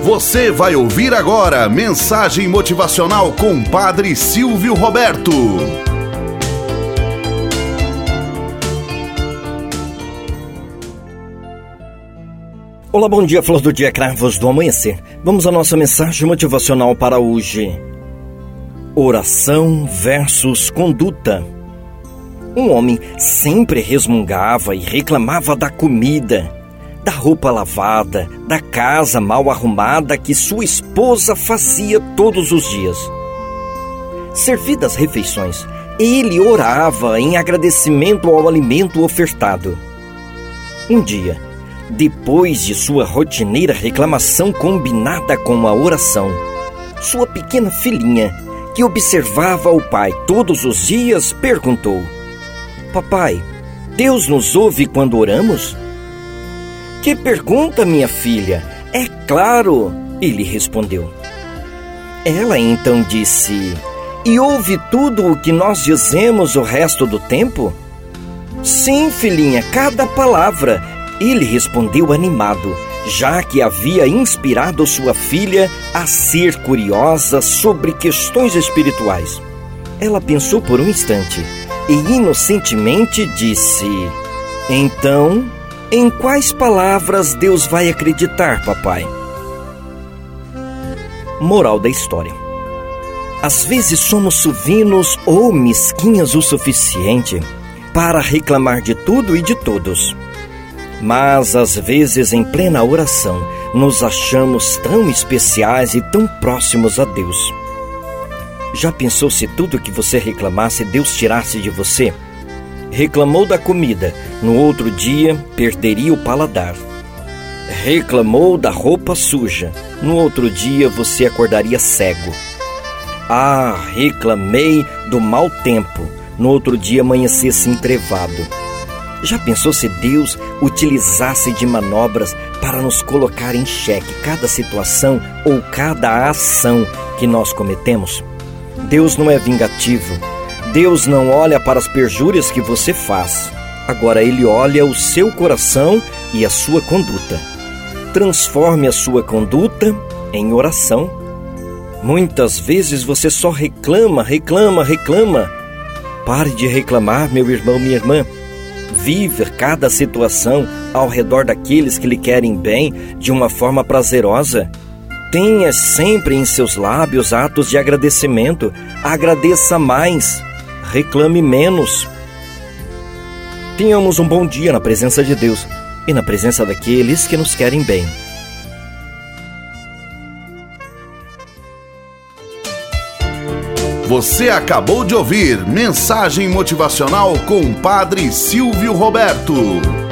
Você vai ouvir agora mensagem motivacional com Padre Silvio Roberto. Olá, bom dia, flor do dia, cravos do amanhecer. Vamos à nossa mensagem motivacional para hoje. Oração versus conduta. Um homem sempre resmungava e reclamava da comida, da roupa lavada, da casa mal arrumada que sua esposa fazia todos os dias. Servidas as refeições, ele orava em agradecimento ao alimento ofertado. Um dia, depois de sua rotineira reclamação combinada com a oração, sua pequena filhinha, que observava o pai todos os dias, perguntou: Papai, Deus nos ouve quando oramos? Que pergunta, minha filha? É claro, ele respondeu. Ela então disse: E ouve tudo o que nós dizemos o resto do tempo? Sim, filhinha, cada palavra, ele respondeu animado, já que havia inspirado sua filha a ser curiosa sobre questões espirituais. Ela pensou por um instante e inocentemente disse: Então, em quais palavras Deus vai acreditar, papai? Moral da história: às vezes somos suvinos ou mesquinhas o suficiente para reclamar de tudo e de todos. Mas às vezes, em plena oração, nos achamos tão especiais e tão próximos a Deus. Já pensou se tudo que você reclamasse Deus tirasse de você? Reclamou da comida, no outro dia perderia o paladar. Reclamou da roupa suja, no outro dia você acordaria cego. Reclamei do mau tempo, no outro dia amanhecesse entrevado. Já pensou se Deus utilizasse de manobras para nos colocar em xeque cada situação ou cada ação que nós cometemos? Deus não é vingativo. Deus não olha para as perjúrias que você faz. Agora Ele olha o seu coração e a sua conduta. Transforme a sua conduta em oração. Muitas vezes você só reclama. Pare de reclamar, meu irmão, minha irmã. Viva cada situação ao redor daqueles que lhe querem bem de uma forma prazerosa. Tenha sempre em seus lábios atos de agradecimento. Agradeça mais, reclame menos. Tenhamos um bom dia na presença de Deus e na presença daqueles que nos querem bem. Você acabou de ouvir Mensagem Motivacional com Padre Silvio Roberto.